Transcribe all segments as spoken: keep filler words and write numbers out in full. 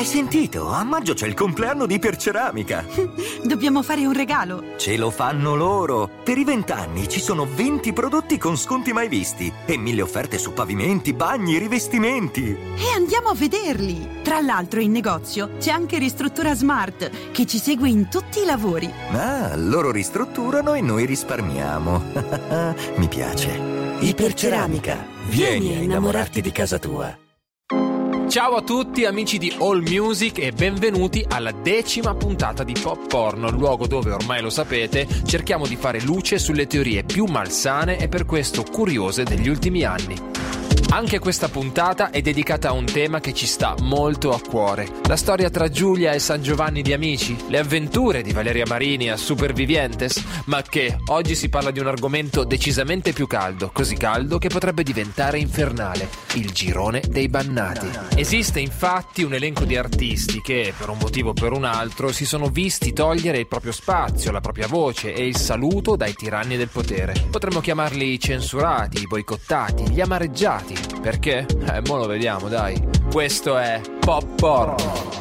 Hai sentito? A maggio c'è il compleanno di Iperceramica. Dobbiamo fare un regalo. Ce lo fanno loro. Per i vent'anni ci sono venti prodotti con sconti mai visti e mille offerte su pavimenti, bagni, rivestimenti. E andiamo a vederli. Tra l'altro in negozio c'è anche Ristruttura Smart che ci segue in tutti i lavori. Ah, loro ristrutturano e noi risparmiamo. Mi piace. Iperceramica. Vieni a innamorarti di casa tua. Ciao a tutti amici di All Music e benvenuti alla decima puntata di Pop Porno, luogo dove, ormai lo sapete, cerchiamo di fare luce sulle teorie più malsane e per questo curiose degli ultimi anni. Anche questa puntata è dedicata a un tema che ci sta molto a cuore: la storia tra Giulia e San Giovanni di Amici, le avventure di Valeria Marini a Supervivientes, ma che oggi si parla di un argomento decisamente più caldo, così caldo che potrebbe diventare infernale: il girone dei bannati. Esiste infatti un elenco di artisti che, per un motivo o per un altro, si sono visti togliere il proprio spazio, la propria voce e il saluto dai tiranni del potere. Potremmo chiamarli censurati, boicottati, gli amareggiati. Perché? Eh, mo lo vediamo, dai. Questo è Pop Porno.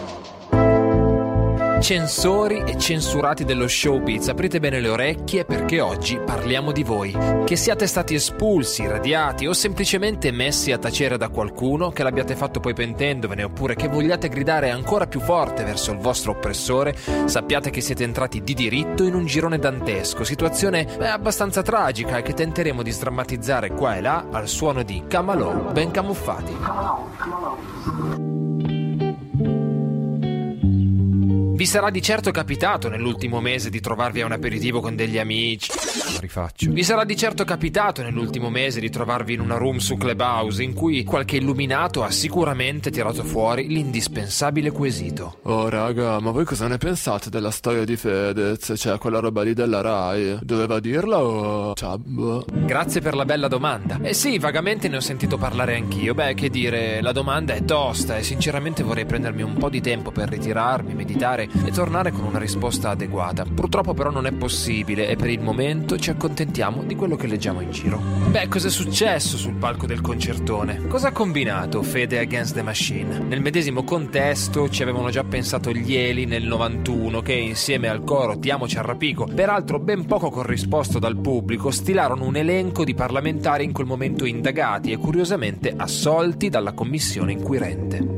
Censori e censurati dello showbiz, aprite bene le orecchie perché oggi parliamo di voi. Che siate stati espulsi, radiati o semplicemente messi a tacere da qualcuno, che l'abbiate fatto poi pentendovene oppure che vogliate gridare ancora più forte verso il vostro oppressore, sappiate che siete entrati di diritto in un girone dantesco, situazione beh, abbastanza tragica e che tenteremo di sdrammatizzare qua e là al suono di Camalò ben camuffati. Vi sarà di certo capitato nell'ultimo mese di trovarvi a un aperitivo con degli amici. Lo rifaccio. Vi sarà di certo capitato nell'ultimo mese di trovarvi in una room su Clubhouse in cui qualche illuminato ha sicuramente tirato fuori l'indispensabile quesito: oh raga, ma voi cosa ne pensate della storia di Fedez? Cioè quella roba lì della Rai, doveva dirla o... Cioè, boh. Grazie per la bella domanda. Eh sì, vagamente ne ho sentito parlare anch'io. Beh, che dire, la domanda è tosta e sinceramente vorrei prendermi un po' di tempo per ritirarmi, meditare e tornare con una risposta adeguata. Purtroppo però non è possibile e per il momento ci accontentiamo di quello che leggiamo in giro. Beh, cos'è successo sul palco del concertone? Cosa ha combinato Fede Against the Machine? Nel medesimo contesto ci avevano già pensato gli Eli nel novantuno che insieme al coro Ti amo Ciarrapico, peraltro ben poco corrisposto dal pubblico, stilarono un elenco di parlamentari in quel momento indagati e curiosamente assolti dalla commissione inquirente.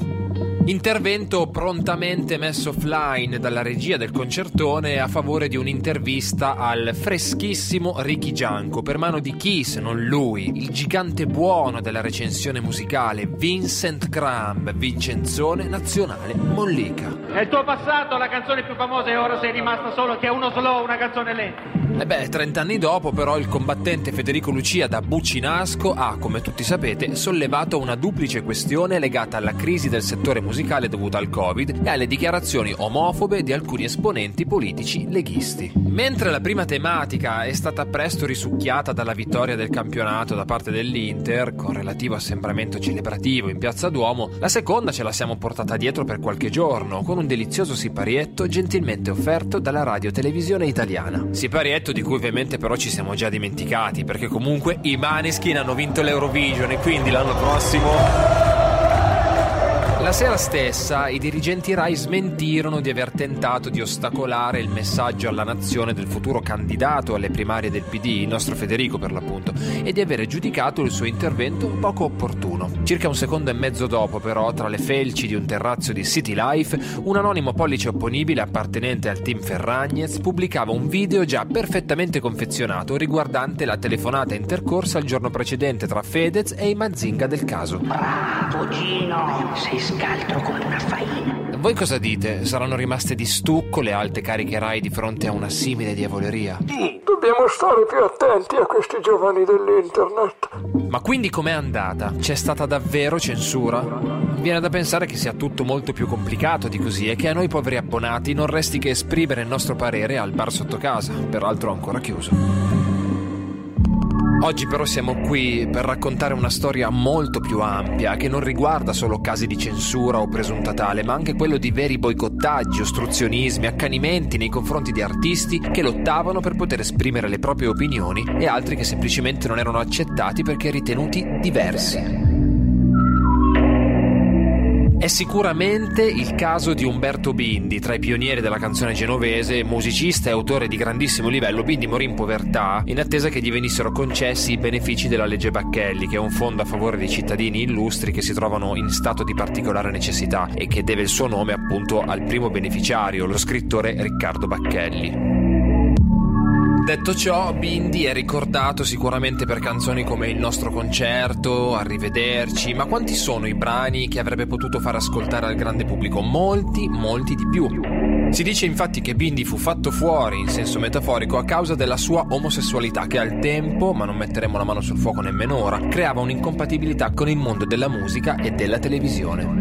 Intervento prontamente messo offline dalla regia del concertone a favore di un'intervista al freschissimo Ricky Gianco per mano di chi, se non lui, il gigante buono della recensione musicale, Vincent Cramb, Vincenzone nazionale Mollica. Nel tuo passato la canzone più famosa e ora sei rimasta solo che è uno slow, una canzone lenta. E beh, trent'anni dopo però il combattente Federico Lucia da Buccinasco ha, come tutti sapete, sollevato una duplice questione legata alla crisi del settore musicale dovuta al Covid e alle dichiarazioni omofobe di alcuni esponenti politici leghisti. Mentre la prima tematica è stata presto risucchiata dalla vittoria del campionato da parte dell'Inter, con relativo assembramento celebrativo in Piazza Duomo, la seconda ce la siamo portata dietro per qualche giorno, con un delizioso siparietto gentilmente offerto dalla radio televisione italiana. Siparietto di cui ovviamente però ci siamo già dimenticati, perché comunque i Maneskin hanno vinto l'Eurovision e quindi l'anno prossimo... La sera stessa i dirigenti Rai smentirono di aver tentato di ostacolare il messaggio alla nazione del futuro candidato alle primarie del P D, il nostro Federico per l'appunto, e di aver giudicato il suo intervento poco opportuno. Circa un secondo e mezzo dopo però, tra le felci di un terrazzo di City Life, un anonimo pollice opponibile appartenente al team Ferragnez pubblicava un video già perfettamente confezionato riguardante la telefonata intercorsa il giorno precedente tra Fedez e i Mazinga del caso. Bravo Gino, sei scaltro come una faina. Voi cosa dite? Saranno rimaste di stucco le alte cariche Rai di fronte a una simile diavoleria? Dobbiamo stare più attenti a questi giovani dell'internet. Ma quindi com'è andata? C'è stata davvero censura? Viene da pensare che sia tutto molto più complicato di così e che a noi poveri abbonati non resti che esprimere il nostro parere al bar sotto casa, peraltro ancora chiuso. Oggi però siamo qui per raccontare una storia molto più ampia che non riguarda solo casi di censura o presunta tale, ma anche quello di veri boicottaggi, ostruzionismi, accanimenti nei confronti di artisti che lottavano per poter esprimere le proprie opinioni e altri che semplicemente non erano accettati perché ritenuti diversi. È sicuramente il caso di Umberto Bindi, tra i pionieri della canzone genovese, musicista e autore di grandissimo livello. Bindi morì in povertà in attesa che gli venissero concessi i benefici della legge Bacchelli, che è un fondo a favore dei cittadini illustri che si trovano in stato di particolare necessità e che deve il suo nome appunto al primo beneficiario, lo scrittore Riccardo Bacchelli. Detto ciò, Bindi è ricordato sicuramente per canzoni come Il nostro concerto, Arrivederci, ma quanti sono i brani che avrebbe potuto far ascoltare al grande pubblico? Molti, molti di più. Si dice infatti che Bindi fu fatto fuori, in senso metaforico, a causa della sua omosessualità che al tempo, ma non metteremo la mano sul fuoco nemmeno ora, creava un'incompatibilità con il mondo della musica e della televisione.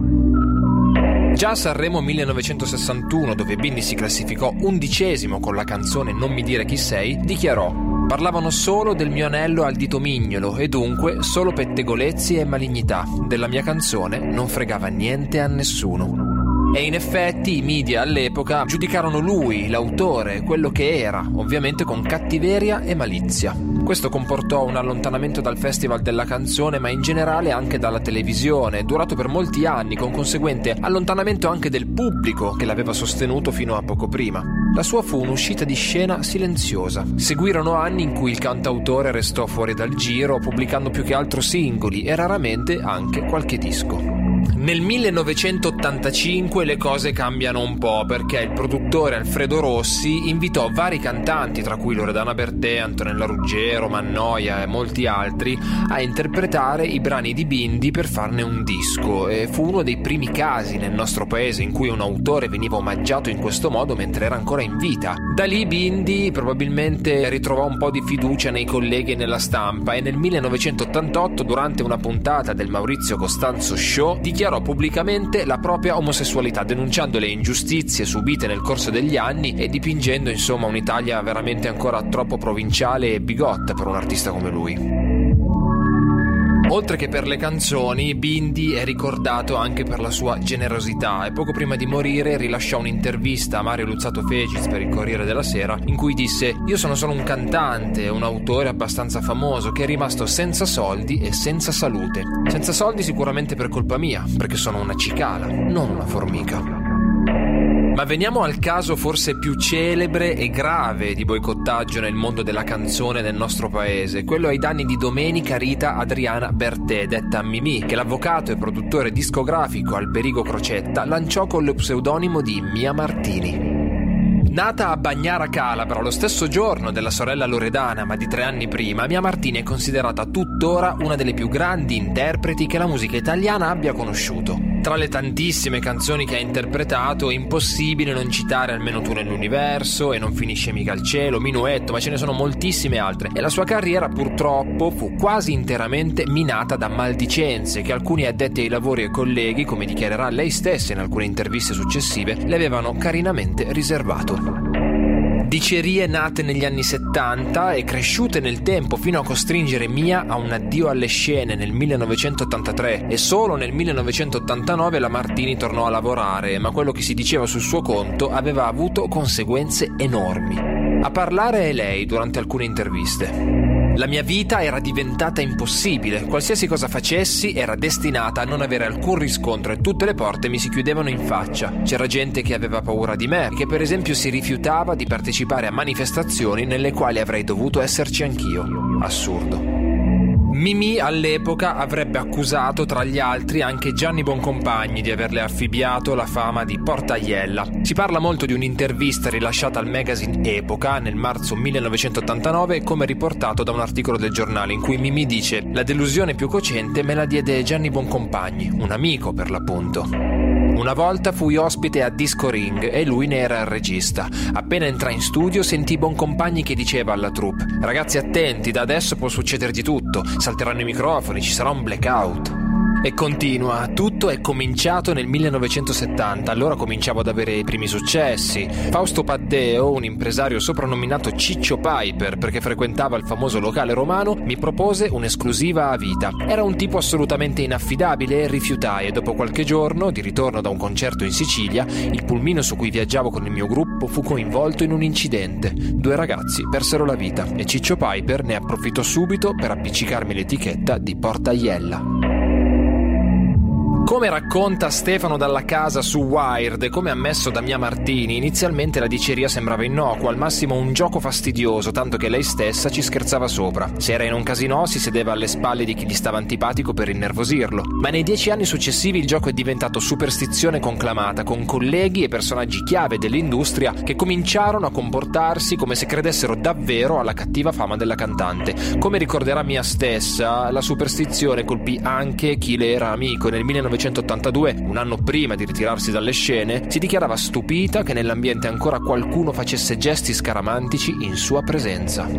Già a Sanremo millenovecentosessantuno, dove Bindi si classificò undicesimo con la canzone Non mi dire chi sei, dichiarò: «Parlavano solo del mio anello al dito mignolo e dunque solo pettegolezzi e malignità. Della mia canzone non fregava niente a nessuno». E in effetti i media all'epoca giudicarono lui, l'autore, quello che era, ovviamente con cattiveria e malizia. Questo comportò un allontanamento dal Festival della Canzone, ma in generale anche dalla televisione, durato per molti anni, con conseguente allontanamento anche del pubblico che l'aveva sostenuto fino a poco prima. La sua fu un'uscita di scena silenziosa. Seguirono anni in cui il cantautore restò fuori dal giro, pubblicando più che altro singoli e raramente anche qualche disco. Nel millenovecentottantacinque le cose cambiano un po', perché il produttore Alfredo Rossi invitò vari cantanti, tra cui Loredana Bertè, Antonella Ruggero, Mannoia e molti altri, a interpretare i brani di Bindi per farne un disco, e fu uno dei primi casi nel nostro paese in cui un autore veniva omaggiato in questo modo mentre era ancora in vita. Da lì Bindi probabilmente ritrovò un po' di fiducia nei colleghi e nella stampa, e nel millenovecentottantotto, durante una puntata del Maurizio Costanzo Show, dichiarò pubblicamente la propria omosessualità, denunciando le ingiustizie subite nel corso degli anni e dipingendo insomma un'Italia veramente ancora troppo provinciale e bigotta per un artista come lui. Oltre che per le canzoni, Bindi è ricordato anche per la sua generosità, e poco prima di morire rilasciò un'intervista a Mario Luzzato Fegiz per il Corriere della Sera in cui disse: «Io sono solo un cantante, un autore abbastanza famoso che è rimasto senza soldi e senza salute. Senza soldi sicuramente per colpa mia, perché sono una cicala, non una formica». Ma veniamo al caso forse più celebre e grave di boicottaggio nel mondo della canzone nel nostro paese, quello ai danni di Domenica Rita Adriana Bertè, detta Mimì, che l'avvocato e produttore discografico Alberigo Crocetta lanciò con lo pseudonimo di Mia Martini. Nata a Bagnara Calabra lo stesso giorno della sorella Loredana, ma di tre anni prima, Mia Martini è considerata tuttora una delle più grandi interpreti che la musica italiana abbia conosciuto. Tra le tantissime canzoni che ha interpretato, è impossibile non citare Almeno tu nell'universo, E non finisce mica al cielo, Minuetto, ma ce ne sono moltissime altre. E la sua carriera purtroppo fu quasi interamente minata da maldicenze che alcuni addetti ai lavori e colleghi, come dichiarerà lei stessa in alcune interviste successive, le avevano carinamente riservato. Dicerie nate negli anni settanta e cresciute nel tempo fino a costringere Mia a un addio alle scene nel millenovecentottantatré, e solo nel millenovecentottantanove la Martini tornò a lavorare, ma quello che si diceva sul suo conto aveva avuto conseguenze enormi. A parlare è lei durante alcune interviste. La mia vita era diventata impossibile, qualsiasi cosa facessi era destinata a non avere alcun riscontro e tutte le porte mi si chiudevano in faccia. C'era gente che aveva paura di me, che per esempio si rifiutava di partecipare a manifestazioni nelle quali avrei dovuto esserci anch'io. Assurdo. Mimì all'epoca avrebbe accusato tra gli altri anche Gianni Boncompagni di averle affibbiato la fama di portaiella. Si parla molto di un'intervista rilasciata al magazine Epoca nel marzo millenovecentottantanove, come riportato da un articolo del giornale, in cui Mimì dice: «La delusione più cocente me la diede Gianni Boncompagni, un amico per l'appunto. Una volta fui ospite a Disco Ring e lui ne era il regista. Appena entrai in studio sentii Boncompagni che diceva alla troupe: ragazzi attenti, da adesso può succedere di tutto, salteranno i microfoni, ci sarà un blackout». E continua: tutto è cominciato nel millenovecentosettanta, allora cominciavo ad avere i primi successi. Fausto Paddeo, un impresario soprannominato Ciccio Piper perché frequentava il famoso locale romano, mi propose un'esclusiva a vita. Era un tipo assolutamente inaffidabile e rifiutai, e dopo qualche giorno, di ritorno da un concerto in Sicilia, il pulmino su cui viaggiavo con il mio gruppo fu coinvolto in un incidente. Due ragazzi persero la vita e Ciccio Piper ne approfittò subito per appiccicarmi l'etichetta di portaiella. Come racconta Stefano Dalla Casa su Wired e come ammesso da Mia Martini, inizialmente la diceria sembrava innocua, al massimo un gioco fastidioso, tanto che lei stessa ci scherzava sopra. Se era in un casinò si sedeva alle spalle di chi gli stava antipatico per innervosirlo. Ma nei dieci anni successivi il gioco è diventato superstizione conclamata, con colleghi e personaggi chiave dell'industria che cominciarono a comportarsi come se credessero davvero alla cattiva fama della cantante. Come ricorderà Mia stessa, la superstizione colpì anche chi le era amico. Nel millenovecentottantadue, un anno prima di ritirarsi dalle scene, si dichiarava stupita che nell'ambiente ancora qualcuno facesse gesti scaramantici in sua presenza.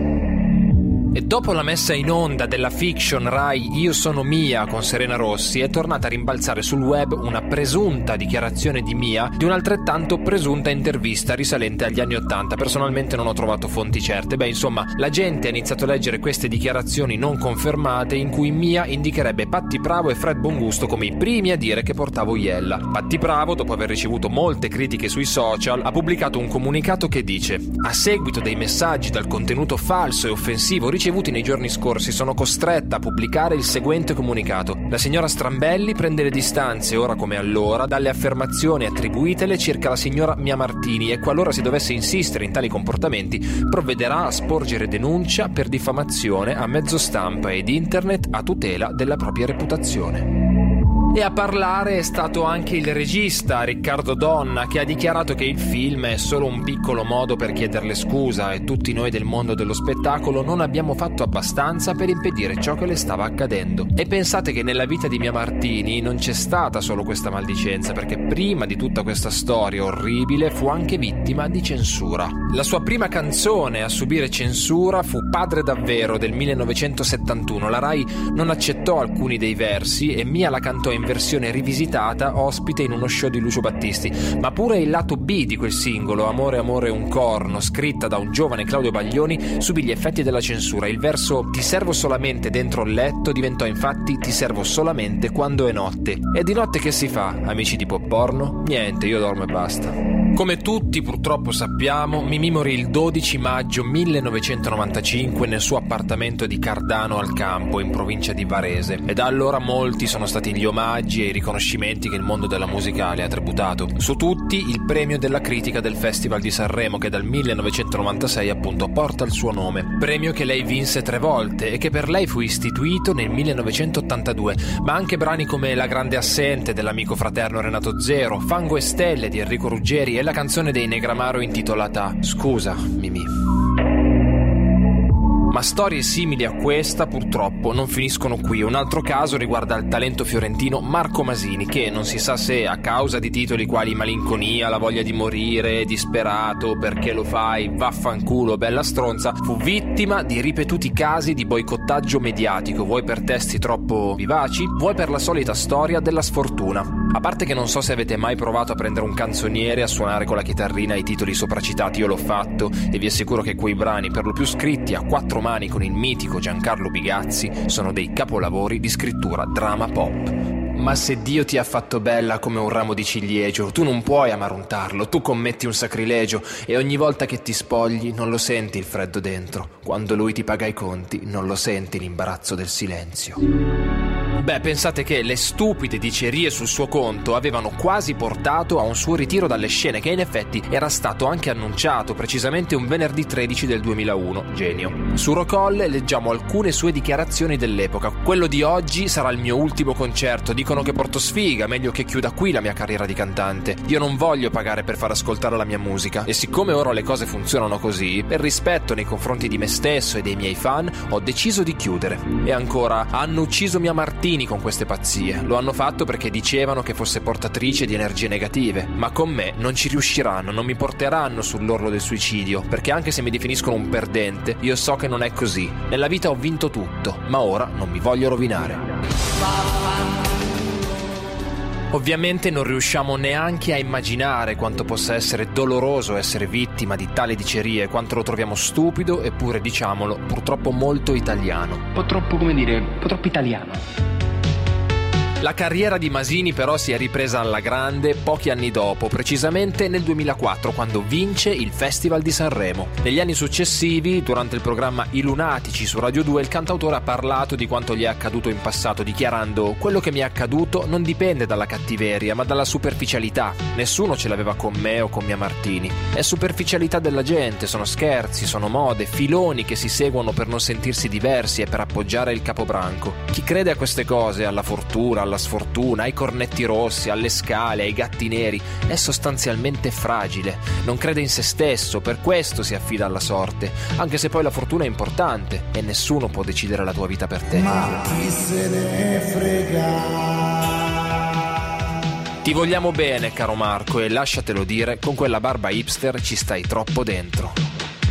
E dopo la messa in onda della fiction Rai Io sono Mia con Serena Rossi, è tornata a rimbalzare sul web una presunta dichiarazione di Mia di un'altrettanto presunta intervista risalente agli anni Ottanta. Personalmente non ho trovato fonti certe. Beh, insomma, la gente ha iniziato a leggere queste dichiarazioni non confermate in cui Mia indicherebbe Patti Bravo e Fred Bongusto come i primi a dire che portavo Iella. Patti Bravo, dopo aver ricevuto molte critiche sui social, ha pubblicato un comunicato che dice: a seguito dei messaggi dal contenuto falso e offensivo ricevuti nei giorni scorsi, sono costretta a pubblicare il seguente comunicato. La signora Strambelli prende le distanze, ora come allora, dalle affermazioni attribuitele circa la signora Mia Martini e qualora si dovesse insistere in tali comportamenti provvederà a sporgere denuncia per diffamazione a mezzo stampa ed internet a tutela della propria reputazione. E a parlare è stato anche il regista Riccardo Donna, che ha dichiarato che il film è solo un piccolo modo per chiederle scusa e tutti noi del mondo dello spettacolo non abbiamo fatto abbastanza per impedire ciò che le stava accadendo. E pensate che nella vita di Mia Martini non c'è stata solo questa maldicenza, perché prima di tutta questa storia orribile fu anche vittima di censura. La sua prima canzone a subire censura fu Padre davvero del millenovecentosettantuno. La Rai non accettò alcuni dei versi e Mia la cantò in versione rivisitata ospite in uno show di Lucio Battisti. Ma pure il lato B di quel singolo, Amore amore un corno, scritta da un giovane Claudio Baglioni, subì gli effetti della censura. Il verso Ti servo solamente dentro il letto diventò infatti Ti servo solamente quando è notte. E di notte che si fa, amici di pop porno? Niente, io dormo e basta. Come tutti purtroppo sappiamo, Mimì morì il dodici maggio millenovecentonovantacinque nel suo appartamento di Cardano al Campo, in provincia di Varese, e da allora molti sono stati gli omaggi e i riconoscimenti che il mondo della musica le ha tributato. Su tutti il premio della critica del Festival di Sanremo, che dal millenovecentonovantasei appunto porta il suo nome, premio che lei vinse tre volte e che per lei fu istituito nel millenovecentottantadue. Ma anche brani come La grande assente dell'amico fraterno Renato Zero, Fango e stelle di Enrico Ruggeri e la canzone dei Negramaro intitolata Scusa, Mimì. Ma storie simili a questa purtroppo non finiscono qui. Un altro caso riguarda il talento fiorentino Marco Masini, che non si sa se a causa di titoli quali Malinconia, La voglia di morire, Disperato, Perché lo fai, Vaffanculo, Bella stronza, fu vittima di ripetuti casi di boicottaggio mediatico, vuoi per testi troppo vivaci, vuoi per la solita storia della sfortuna. A parte che non so se avete mai provato a prendere un canzoniere e a suonare con la chitarrina i titoli sopracitati, io l'ho fatto e vi assicuro che quei brani, per lo più scritti a quattro mani con il mitico Giancarlo Bigazzi, sono dei capolavori di scrittura drama pop. Ma se Dio ti ha fatto bella come un ramo di ciliegio, tu non puoi amare un tarlo, tu commetti un sacrilegio e ogni volta che ti spogli non lo senti il freddo dentro, quando lui ti paga i conti non lo senti l'imbarazzo del silenzio. Beh, pensate che le stupide dicerie sul suo conto avevano quasi portato a un suo ritiro dalle scene, che in effetti era stato anche annunciato, precisamente un venerdì tredici del duemilauno. Genio. Su Rocolle leggiamo alcune sue dichiarazioni dell'epoca. Quello di oggi sarà il mio ultimo concerto, dicono che porto sfiga, meglio che chiuda qui la mia carriera di cantante. Io non voglio pagare per far ascoltare la mia musica e siccome ora le cose funzionano così, per rispetto nei confronti di me stesso e dei miei fan, ho deciso di chiudere. E ancora, hanno ucciso Mia Martini con queste pazzie. Lo hanno fatto perché dicevano che fosse portatrice di energie negative, ma con me non ci riusciranno, non mi porteranno sull'orlo del suicidio, perché anche se mi definiscono un perdente, io so che non è così. Nella vita ho vinto tutto, ma ora non mi voglio rovinare. Ovviamente non riusciamo neanche a immaginare quanto possa essere doloroso essere vittima di tali dicerie, quanto lo troviamo stupido, eppure, diciamolo, purtroppo molto italiano. Un po' troppo, come dire, un po' troppo italiano. La carriera di Masini però si è ripresa alla grande pochi anni dopo, precisamente nel duemilaquattro, quando vince il Festival di Sanremo. Negli anni successivi, durante il programma I Lunatici su Radio due, il cantautore ha parlato di quanto gli è accaduto in passato, dichiarando: quello che mi è accaduto non dipende dalla cattiveria, ma dalla superficialità. Nessuno ce l'aveva con me o con mia Martini. È superficialità della gente, sono scherzi, sono mode, filoni che si seguono per non sentirsi diversi e per appoggiare il capobranco. Chi crede a queste cose, alla fortuna, alla sfortuna, ai cornetti rossi, alle scale, ai gatti neri, è sostanzialmente fragile, non crede in se stesso, per questo si affida alla sorte, anche se poi la fortuna è importante e nessuno può decidere la tua vita per te. Ma chi se ne frega? Ti vogliamo bene, caro Marco, e lasciatelo dire, con quella barba hipster ci stai troppo dentro.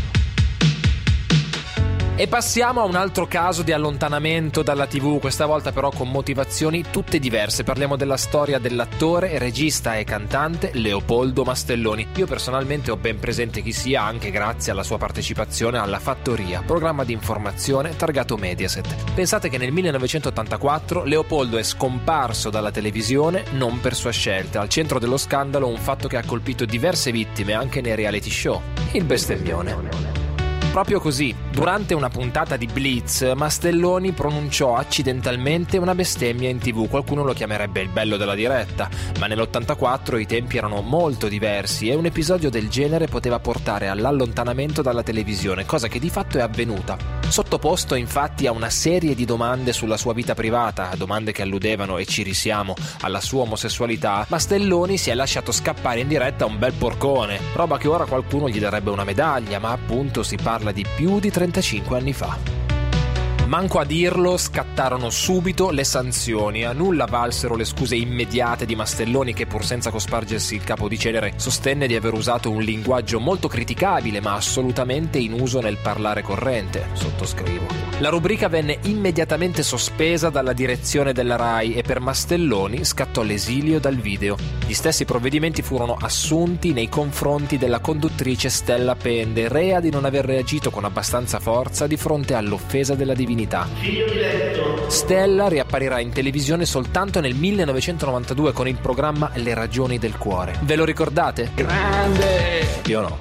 E passiamo a un altro caso di allontanamento dalla tivù, questa volta però con motivazioni tutte diverse. Parliamo della storia dell'attore, regista e cantante Leopoldo Mastelloni. Io personalmente ho ben presente chi sia, anche grazie alla sua partecipazione alla Fattoria, programma di informazione targato Mediaset. Pensate che nel millenovecentottantaquattro Leopoldo è scomparso dalla televisione non per sua scelta. Al centro dello scandalo un fatto che ha colpito diverse vittime anche nei reality show: il bestemmione. Proprio così, durante una puntata di Blitz, Mastelloni pronunciò accidentalmente una bestemmia in tivù. Qualcuno lo chiamerebbe il bello della diretta, ma nell'ottantaquattro i tempi erano molto diversi e un episodio del genere poteva portare all'allontanamento dalla televisione, cosa che di fatto è avvenuta. Sottoposto infatti a una serie di domande sulla sua vita privata, domande che alludevano, e ci risiamo, alla sua omosessualità, Mastelloni si è lasciato scappare in diretta un bel porcone, roba che ora qualcuno gli darebbe una medaglia, ma appunto si parla di più di trentacinque anni fa. Manco a dirlo, scattarono subito le sanzioni. A nulla valsero le scuse immediate di Mastelloni, che pur senza cospargersi il capo di cenere sostenne di aver usato un linguaggio molto criticabile ma assolutamente in uso nel parlare corrente. Sottoscrivo. La rubrica venne immediatamente sospesa dalla direzione della Rai e per Mastelloni scattò l'esilio dal video. Gli stessi provvedimenti furono assunti nei confronti della conduttrice Stella Pende, rea di non aver reagito con abbastanza forza di fronte all'offesa della divinità. Stella riapparirà in televisione soltanto nel millenovecentonovantadue con il programma Le ragioni del cuore. Ve lo ricordate? Grande! Io no.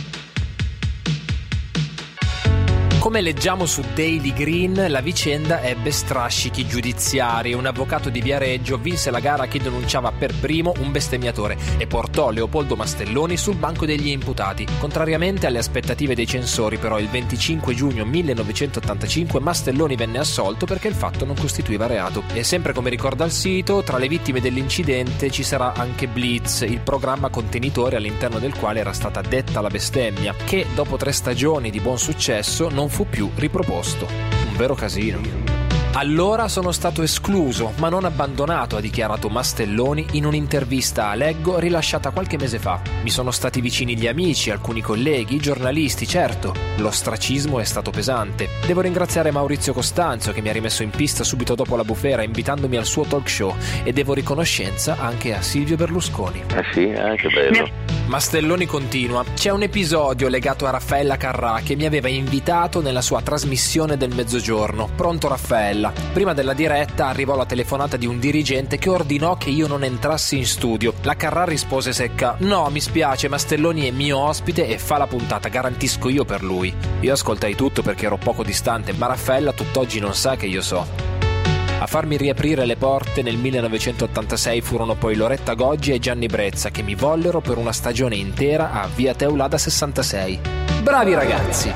Come leggiamo su Daily Green, la vicenda ebbe strascichi giudiziari. Un avvocato di Viareggio vinse la gara che denunciava per primo un bestemmiatore e portò Leopoldo Mastelloni sul banco degli imputati. Contrariamente alle aspettative dei censori, però, il venticinque giugno millenovecentottantacinque Mastelloni venne assolto perché il fatto non costituiva reato. E sempre come ricorda il sito, tra le vittime dell'incidente ci sarà anche Blitz, il programma contenitore all'interno del quale era stata detta la bestemmia, che dopo tre stagioni di buon successo non fu più riproposto. Un vero casino. Allora sono stato escluso, ma non abbandonato, ha dichiarato Mastelloni in un'intervista a Leggo rilasciata qualche mese fa. Mi sono stati vicini gli amici, alcuni colleghi, giornalisti, certo. L'ostracismo è stato pesante. Devo ringraziare Maurizio Costanzo che mi ha rimesso in pista subito dopo la bufera invitandomi al suo talk show, e devo riconoscenza anche a Silvio Berlusconi. Ah sì, ah, che bello. Mastelloni continua: c'è un episodio legato a Raffaella Carrà che mi aveva invitato nella sua trasmissione del mezzogiorno. Pronto Raffaella? Prima della diretta arrivò la telefonata di un dirigente che ordinò che io non entrassi in studio. La Carrà rispose secca: no, mi spiace, Mastelloni è mio ospite e fa la puntata, garantisco io per lui. Io ascoltai tutto perché ero poco distante, ma Raffaella tutt'oggi non sa che io so. A farmi riaprire le porte nel millenovecentottantasei furono poi Loretta Goggi e Gianni Brezza, che mi vollero per una stagione intera a Via Teulada sessantasei. Bravi ragazzi!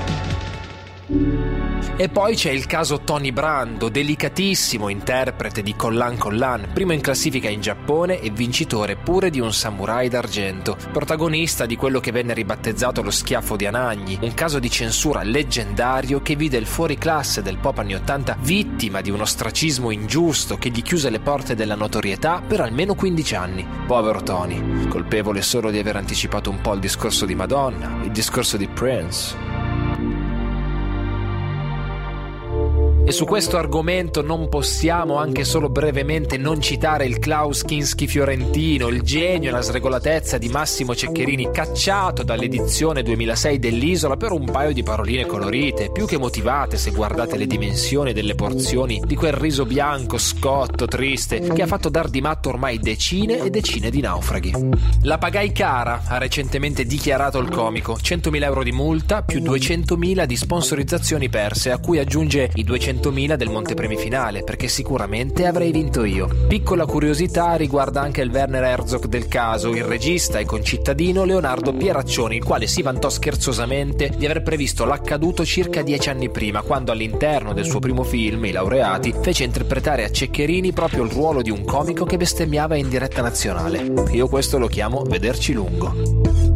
E poi c'è il caso Tony Brando, delicatissimo interprete di Collan Collan, primo in classifica in Giappone e vincitore pure di un samurai d'argento, protagonista di quello che venne ribattezzato lo schiaffo di Anagni, un caso di censura leggendario che vide il fuoriclasse del pop anni ottanta vittima di un ostracismo ingiusto che gli chiuse le porte della notorietà per almeno quindici anni. Povero Tony, colpevole solo di aver anticipato un po' il discorso di Madonna, il discorso di Prince. E su questo argomento non possiamo anche solo brevemente non citare il Klaus Kinski fiorentino, il genio e la sregolatezza di Massimo Ceccherini, cacciato dall'edizione duemilasei dell'Isola per un paio di paroline colorite, più che motivate se guardate le dimensioni delle porzioni di quel riso bianco, scotto, triste, che ha fatto dar di matto ormai decine e decine di naufraghi. La pagai cara, ha recentemente dichiarato il comico, centomila euro di multa più duecentomila di sponsorizzazioni perse, a cui aggiunge i duecentomila del montepremi finale, perché sicuramente avrei vinto io. Piccola curiosità riguarda anche il Werner Herzog del caso, il regista e concittadino Leonardo Pieraccioni, il quale si vantò scherzosamente di aver previsto l'accaduto circa dieci anni prima, quando all'interno del suo primo film, I Laureati, fece interpretare a Ceccherini proprio il ruolo di un comico che bestemmiava in diretta nazionale. Io questo lo chiamo vederci lungo.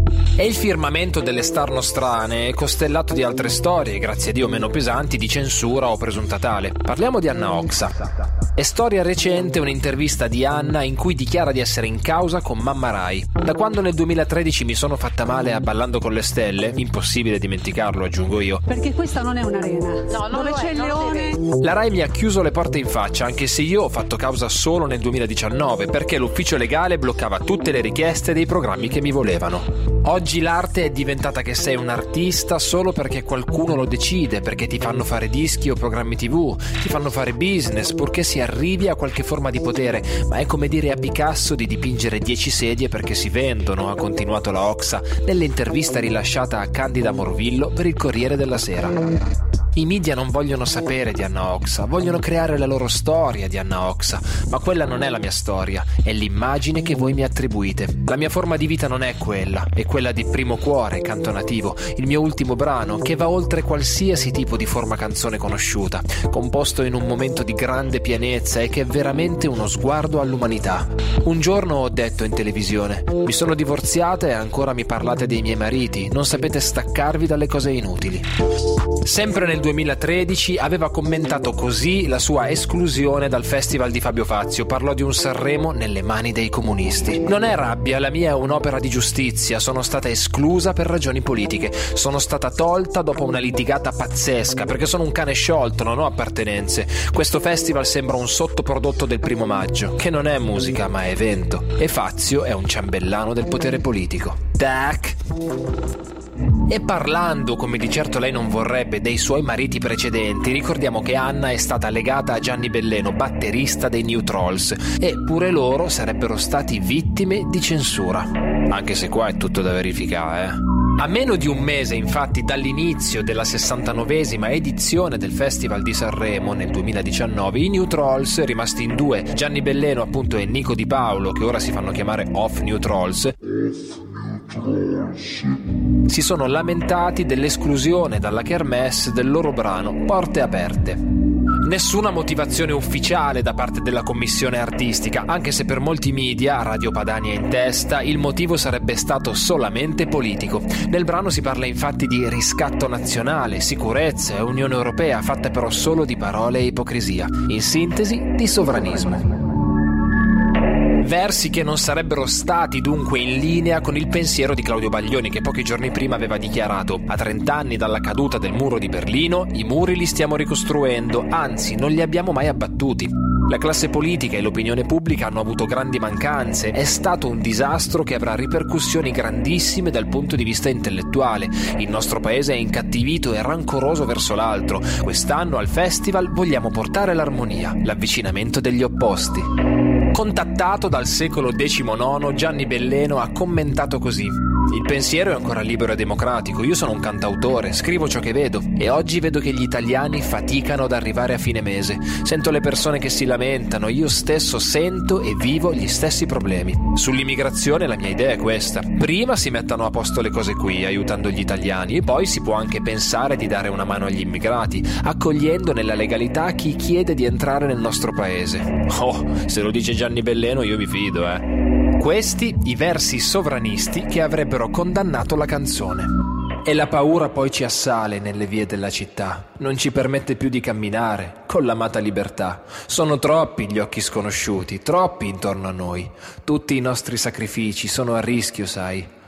E il firmamento delle star nostrane è costellato di altre storie, grazie a Dio meno pesanti, di censura o presunta tale. Parliamo di Anna Oxa. È storia recente un'intervista di Anna in cui dichiara di essere in causa con Mamma Rai. Da quando nel duemilatredici mi sono fatta male a Ballando con le stelle, impossibile dimenticarlo, aggiungo io. Perché questa non è un'arena, no, non dove c'è il leone. La Rai mi ha chiuso le porte in faccia, anche se io ho fatto causa solo nel duemiladiciannove, perché l'ufficio legale bloccava tutte le richieste dei programmi che mi volevano. Oggi l'arte è diventata che sei un artista solo perché qualcuno lo decide, perché ti fanno fare dischi o programmi tv, ti fanno fare business, purché si arrivi a qualche forma di potere. Ma è come dire a Picasso di dipingere dieci sedie perché si vendono, ha continuato la Oxa nell'intervista rilasciata a Candida Morvillo per il Corriere della Sera. I media non vogliono sapere di Anna Oxa, vogliono creare la loro storia di Anna Oxa, ma quella non è la mia storia, è l'immagine che voi mi attribuite. La mia forma di vita non è quella, è quella di Primo Cuore, cantonativo, il mio ultimo brano, che va oltre qualsiasi tipo di forma canzone conosciuta, composto in un momento di grande pienezza e che è veramente uno sguardo all'umanità. Un giorno ho detto in televisione: mi sono divorziata e ancora mi parlate dei miei mariti, non sapete staccarvi dalle cose inutili. Sempre nel duemilatredici aveva commentato così la sua esclusione dal festival di Fabio Fazio. Parlò di un Sanremo nelle mani dei comunisti. Non è rabbia, la mia è un'opera di giustizia. Sono stata esclusa per ragioni politiche. Sono stata tolta dopo una litigata pazzesca, perché sono un cane sciolto, non ho appartenenze. Questo festival sembra un sottoprodotto del Primo Maggio, che non è musica ma è evento. E Fazio è un ciambellano del potere politico. Tac! E parlando, come di certo lei non vorrebbe, dei suoi mariti precedenti, ricordiamo che Anna è stata legata a Gianni Belleno, batterista dei New Trolls, e pure loro sarebbero stati vittime di censura. Anche se qua è tutto da verificare, eh. A meno di un mese, infatti, dall'inizio della sessantanovesima edizione del Festival di Sanremo nel duemiladiciannove, i New Trolls, rimasti in due, Gianni Belleno appunto e Nico Di Paolo, che ora si fanno chiamare Off New Trolls, si sono lamentati dell'esclusione dalla Kermesse del loro brano Porte Aperte. Nessuna motivazione ufficiale da parte della commissione artistica, anche se per molti media, Radio Padania in testa, il motivo sarebbe stato solamente politico. Nel brano si parla infatti di riscatto nazionale, sicurezza e Unione Europea, fatte però solo di parole e ipocrisia. In sintesi, di sovranismo. Versi che non sarebbero stati dunque in linea con il pensiero di Claudio Baglioni, che pochi giorni prima aveva dichiarato: a trent'anni dalla caduta del muro di Berlino, i muri li stiamo ricostruendo, anzi non li abbiamo mai abbattuti. La classe politica e l'opinione pubblica hanno avuto grandi mancanze, è stato un disastro che avrà ripercussioni grandissime dal punto di vista intellettuale. Il nostro paese è incattivito e rancoroso verso l'altro. Quest'anno al festival vogliamo portare l'armonia, l'avvicinamento degli opposti. Contattato dal secolo diciannove, Gianni Belleno ha commentato così: il pensiero è ancora libero e democratico, io sono un cantautore, scrivo ciò che vedo e oggi vedo che gli italiani faticano ad arrivare a fine mese. Sento le persone che si lamentano, io stesso sento e vivo gli stessi problemi. Sull'immigrazione la mia idea è questa: prima si mettano a posto le cose qui, aiutando gli italiani, e poi si può anche pensare di dare una mano agli immigrati, accogliendo nella legalità chi chiede di entrare nel nostro paese. Oh, se lo dice Gianni Belleno io vi fido, eh. Questi i versi sovranisti che avrebbero condannato la canzone. E la paura poi ci assale nelle vie della città, non ci permette più di camminare con l'amata libertà. Sono troppi gli occhi sconosciuti, troppi intorno a noi. Tutti i nostri sacrifici sono a rischio, sai.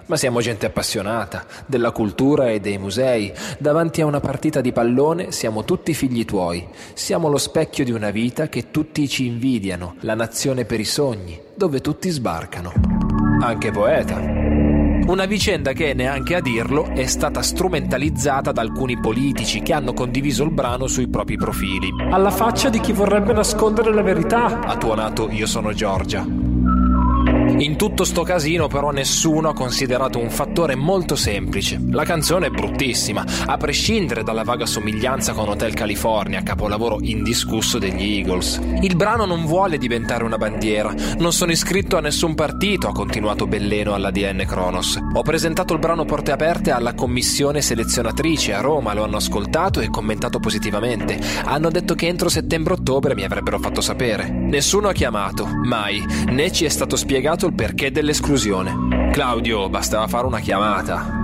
ma siamo gente appassionata della cultura e dei musei. Davanti a una partita di pallone siamo tutti figli tuoi. Siamo lo specchio di una vita che tutti ci invidiano, la nazione per i sogni, dove tutti sbarcano. Anche poeta. Una vicenda che, neanche a dirlo, è stata strumentalizzata da alcuni politici che hanno condiviso il brano sui propri profili. Alla faccia di chi vorrebbe nascondere la verità, ha tuonato Io sono Giorgia. In tutto sto casino però nessuno ha considerato un fattore molto semplice. La canzone è bruttissima, a prescindere dalla vaga somiglianza con Hotel California, capolavoro indiscusso degli Eagles. Il brano non vuole diventare una bandiera. Non sono iscritto a nessun partito, ha continuato Belleno all'A D N Kronos. Ho presentato il brano Porte Aperte alla commissione selezionatrice a Roma, lo hanno ascoltato e commentato positivamente. Hanno detto che entro settembre-ottobre mi avrebbero fatto sapere. Nessuno ha chiamato, mai, né ci è stato spiegato il perché dell'esclusione. Claudio, bastava fare una chiamata.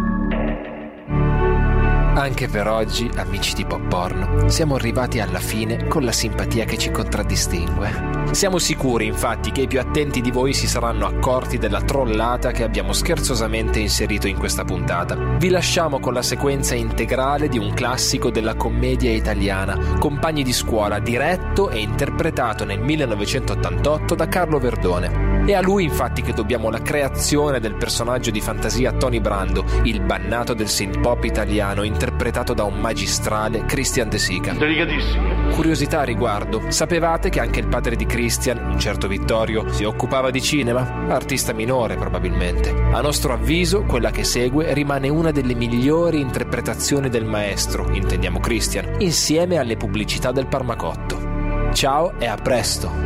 Anche per oggi, amici di Pop Porno, siamo arrivati alla fine con la simpatia che ci contraddistingue. Siamo sicuri, infatti, che i più attenti di voi si saranno accorti della trollata che abbiamo scherzosamente inserito in questa puntata. Vi lasciamo con la sequenza integrale di un classico della commedia italiana, Compagni di scuola, diretto e interpretato nel millenovecentottantotto da Carlo Verdone. È a lui, infatti, che dobbiamo la creazione del personaggio di fantasia Tony Brando, il bannato del synth pop italiano, interpretato da un magistrale Christian De Sica. Delicatissimo. Curiosità a riguardo: sapevate che anche il padre di Christian, un certo Vittorio, si occupava di cinema? Artista minore, probabilmente. A nostro avviso, quella che segue rimane una delle migliori interpretazioni del maestro, intendiamo Christian, insieme alle pubblicità del Parmacotto. Ciao e a presto.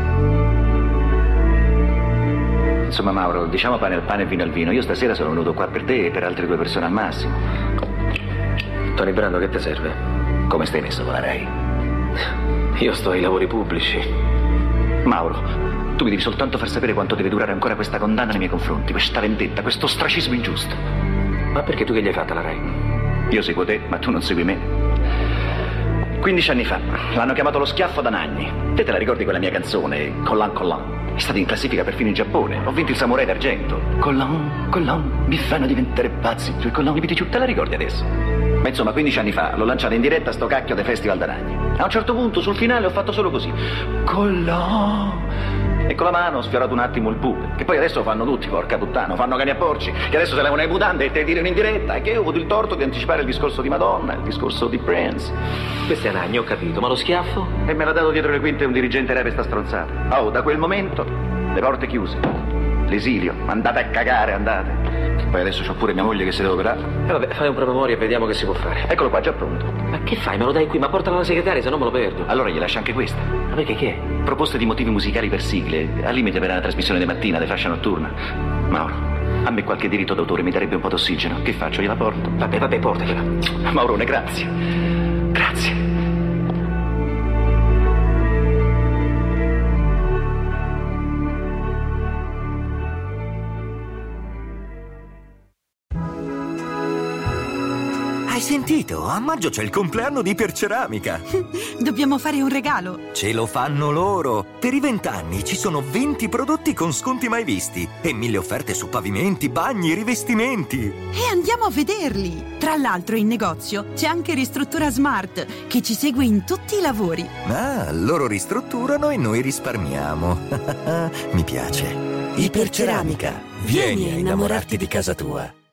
Insomma, Mauro, diciamo pane al pane e vino al vino. Io stasera sono venuto qua per te e per altre due persone al massimo. Tony Brando, che ti serve? Come stai messo con la Rai? Io sto ai lavori pubblici. Mauro, tu mi devi soltanto far sapere quanto deve durare ancora questa condanna nei miei confronti, questa vendetta, questo ostracismo ingiusto. Ma perché tu che gli hai fatta alla Rai? Io seguo te, ma tu non segui me. quindici anni fa l'hanno chiamato lo schiaffo da Nagni. Te te la ricordi quella mia canzone, Collan Collan? È stato in classifica perfino in Giappone. Ho vinto il Samurai d'argento. Collan, Collan, mi fanno diventare pazzi. Tu e Collan, mi piti giù, te la ricordi adesso? Ma insomma, quindici anni fa l'ho lanciato in diretta a sto cacchio dei Festival da Nagni. A un certo punto, sul finale, ho fatto solo così. Collan. E con la mano ho sfiorato un attimo il pube. Che poi adesso lo fanno tutti, porca puttana. Fanno cani a porci. Che adesso se levano le mutande e te tirano in diretta. E che io ho avuto il torto di anticipare il discorso di Madonna, il discorso di Prince. Questo è Nagni, ho capito. Ma lo schiaffo? E me l'ha dato dietro le quinte un dirigente rap sta stronzata. Oh, da quel momento le porte chiuse. L'esilio. Andate a cagare, andate. Poi adesso c'ho pure mia moglie che si deve operare. E eh vabbè, fai un promemoria e vediamo che si può fare. Eccolo qua, già pronto. Ma che fai? Me lo dai qui? Ma portalo alla segretaria, se no me lo perdo. Allora gli lascio anche questa. Ma perché che è? Proposte di motivi musicali per sigle, al limite per una trasmissione di mattina, di fascia notturna. Mauro, a me qualche diritto d'autore mi darebbe un po' d'ossigeno. Che faccio? Gliela porto? Vabbè, vabbè, portatela. Maurone, grazie. Grazie. Hai sentito? A maggio c'è il compleanno di Iperceramica. Dobbiamo fare un regalo. Ce lo fanno loro. Per i vent'anni ci sono venti prodotti con sconti mai visti e mille offerte su pavimenti, bagni, rivestimenti. E andiamo a vederli. Tra l'altro in negozio c'è anche Ristruttura Smart che ci segue in tutti i lavori. Ah, loro ristrutturano e noi risparmiamo. Mi piace. Iperceramica. Vieni a innamorarti di casa tua.